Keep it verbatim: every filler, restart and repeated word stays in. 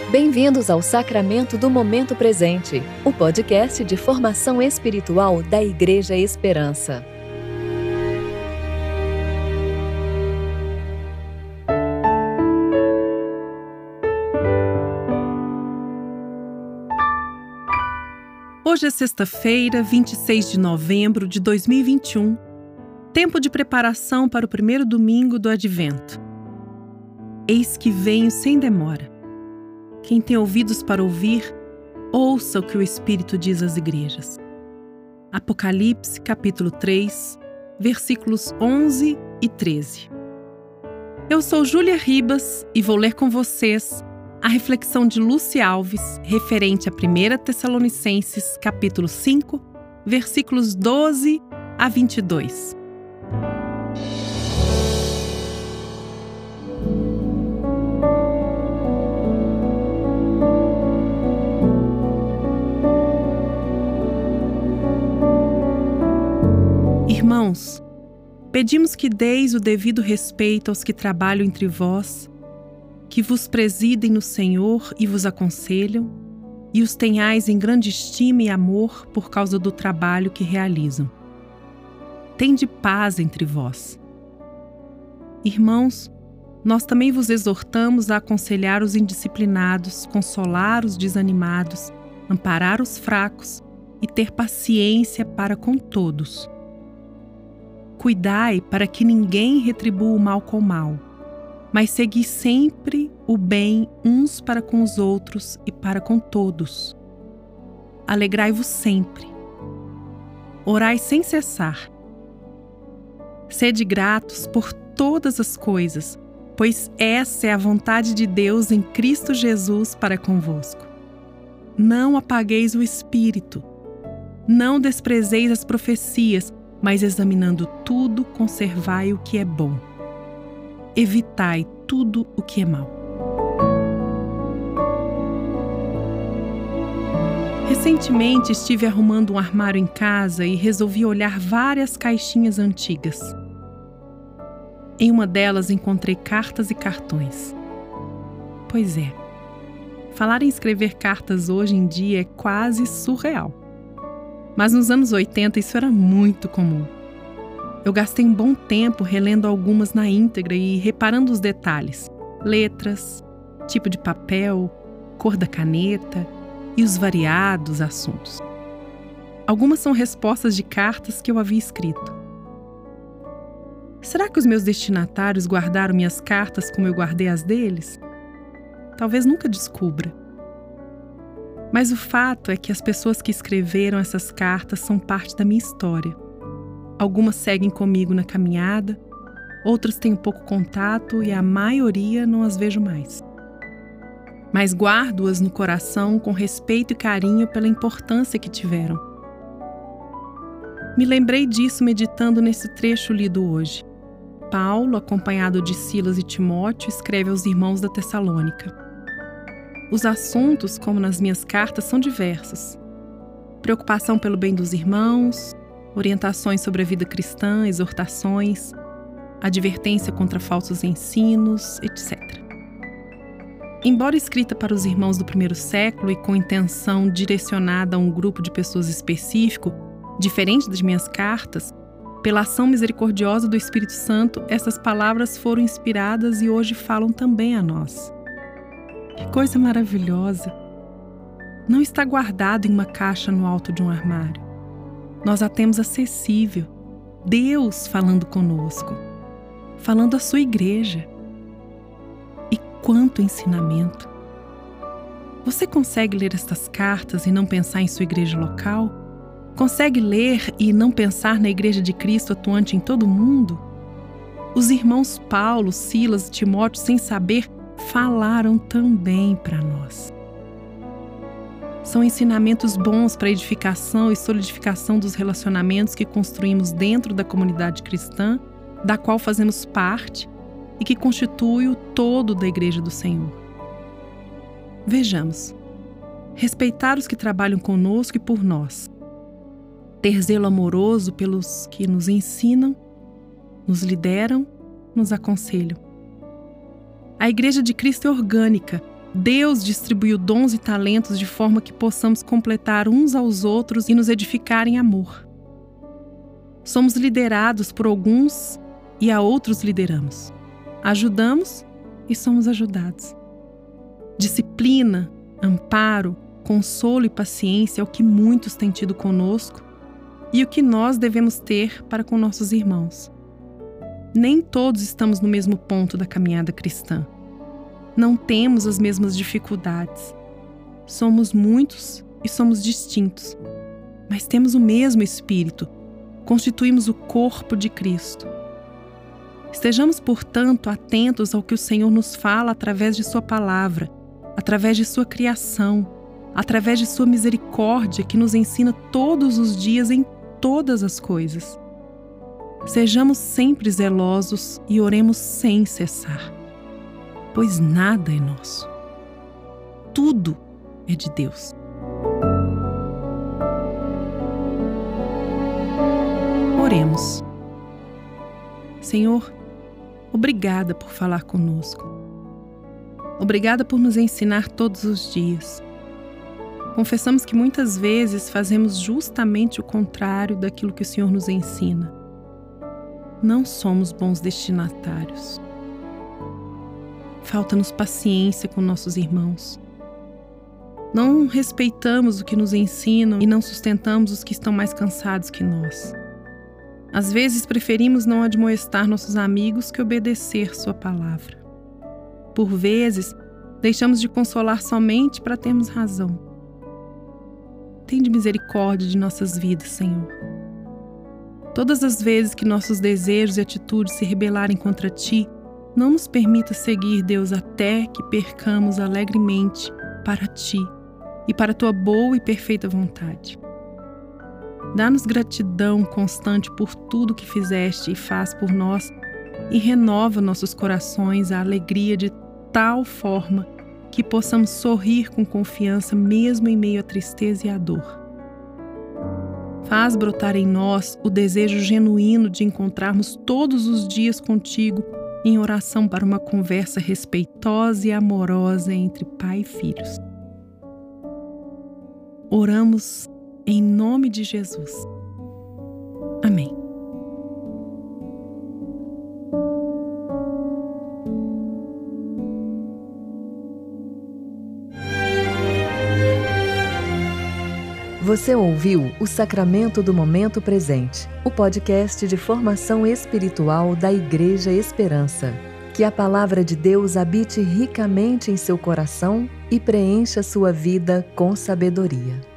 Bem-vindos ao Sacramento do Momento Presente, o podcast de formação espiritual da Igreja Esperança. Hoje é sexta-feira, vinte e seis de novembro de dois mil e vinte e um, tempo de preparação para o primeiro domingo do Advento. Eis que venho sem demora. Quem tem ouvidos para ouvir, ouça o que o Espírito diz às igrejas. Apocalipse, capítulo três, versículos onze e treze. Eu sou Júlia Ribas e vou ler com vocês a reflexão de Lúcia Alves referente a primeira Tessalonicenses, capítulo cinco, versículos doze a vinte e dois. Irmãos, pedimos que deis o devido respeito aos que trabalham entre vós, que vos presidem no Senhor e vos aconselham, e os tenhais em grande estima e amor por causa do trabalho que realizam. Tende paz entre vós. Irmãos, nós também vos exortamos a aconselhar os indisciplinados, consolar os desanimados, amparar os fracos e ter paciência para com todos. Cuidai para que ninguém retribua o mal com o mal, mas segui sempre o bem uns para com os outros e para com todos. Alegrai-vos sempre. Orai sem cessar. Sede gratos por todas as coisas, pois essa é a vontade de Deus em Cristo Jesus para convosco. Não apagueis o espírito. Não desprezeis as profecias, mas examinando tudo, conservai o que é bom. Evitai tudo o que é mau. Recentemente estive arrumando um armário em casa e resolvi olhar várias caixinhas antigas. Em uma delas encontrei cartas e cartões. Pois é, falar em escrever cartas hoje em dia é quase surreal. Mas nos anos oitenta isso era muito comum. Eu gastei um bom tempo relendo algumas na íntegra e reparando os detalhes, letras, tipo de papel, cor da caneta e os variados assuntos. Algumas são respostas de cartas que eu havia escrito. Será que os meus destinatários guardaram minhas cartas como eu guardei as deles? Talvez nunca descubra. Mas o fato é que as pessoas que escreveram essas cartas são parte da minha história. Algumas seguem comigo na caminhada, outras têm pouco contato e a maioria não as vejo mais. Mas guardo-as no coração com respeito e carinho pela importância que tiveram. Me lembrei disso meditando nesse trecho lido hoje. Paulo, acompanhado de Silas e Timóteo, escreve aos irmãos da Tessalônica. Os assuntos, como nas minhas cartas, são diversos. Preocupação pelo bem dos irmãos, orientações sobre a vida cristã, exortações, advertência contra falsos ensinos, etcétera. Embora escrita para os irmãos do primeiro século e com intenção direcionada a um grupo de pessoas específico, diferente das minhas cartas, pela ação misericordiosa do Espírito Santo, essas palavras foram inspiradas e hoje falam também a nós. Que coisa maravilhosa! Não está guardado em uma caixa no alto de um armário. Nós a temos acessível. Deus falando conosco, falando à sua igreja. E quanto ensinamento! Você consegue ler estas cartas e não pensar em sua igreja local? Consegue ler e não pensar na igreja de Cristo atuante em todo o mundo? Os irmãos Paulo, Silas e Timóteo, sem saber, falaram também para nós. São ensinamentos bons para a edificação e solidificação dos relacionamentos que construímos dentro da comunidade cristã, da qual fazemos parte e que constitui o todo da Igreja do Senhor. Vejamos. Respeitar os que trabalham conosco e por nós. Ter zelo amoroso pelos que nos ensinam, nos lideram, nos aconselham. A Igreja de Cristo é orgânica Deus distribuiu dons e talentos de forma que possamos completar uns aos outros e nos edificar em amor. Somos liderados por alguns e a outros lideramos. Ajudamos e somos ajudados. Disciplina, amparo, consolo e paciência é o que muitos têm tido conosco e o que nós devemos ter para com nossos irmãos. Nem todos estamos no mesmo ponto da caminhada cristã. Não temos as mesmas dificuldades. Somos muitos e somos distintos, mas temos o mesmo Espírito. Constituímos o corpo de Cristo. Estejamos, portanto, atentos ao que o Senhor nos fala através de Sua palavra, através de Sua criação, através de Sua misericórdia que nos ensina todos os dias em todas as coisas. Sejamos sempre zelosos e oremos sem cessar, pois nada é nosso. Tudo é de Deus. Oremos. Senhor, obrigada por falar conosco. Obrigada por nos ensinar todos os dias. Confessamos que muitas vezes fazemos justamente o contrário daquilo que o Senhor nos ensina. Não somos bons destinatários. Falta-nos paciência com nossos irmãos. Não respeitamos o que nos ensinam e não sustentamos os que estão mais cansados que nós. Às vezes preferimos não admoestar nossos amigos que obedecer sua palavra. Por vezes, deixamos de consolar somente para termos razão. Tende misericórdia de nossas vidas, Senhor. Todas as vezes que nossos desejos e atitudes se rebelarem contra Ti, não nos permita seguir, Deus, até que percamos alegremente para Ti e para Tua boa e perfeita vontade. Dá-nos gratidão constante por tudo que fizeste e faz por nós e renova nossos corações a alegria de tal forma que possamos sorrir com confiança mesmo em meio à tristeza e à dor. Faz brotar em nós o desejo genuíno de encontrarmos todos os dias contigo em oração para uma conversa respeitosa e amorosa entre pai e filhos. Oramos em nome de Jesus. Amém. Você ouviu o Sacramento do Momento Presente, o podcast de formação espiritual da Igreja Esperança. Que a palavra de Deus habite ricamente em seu coração e preencha sua vida com sabedoria.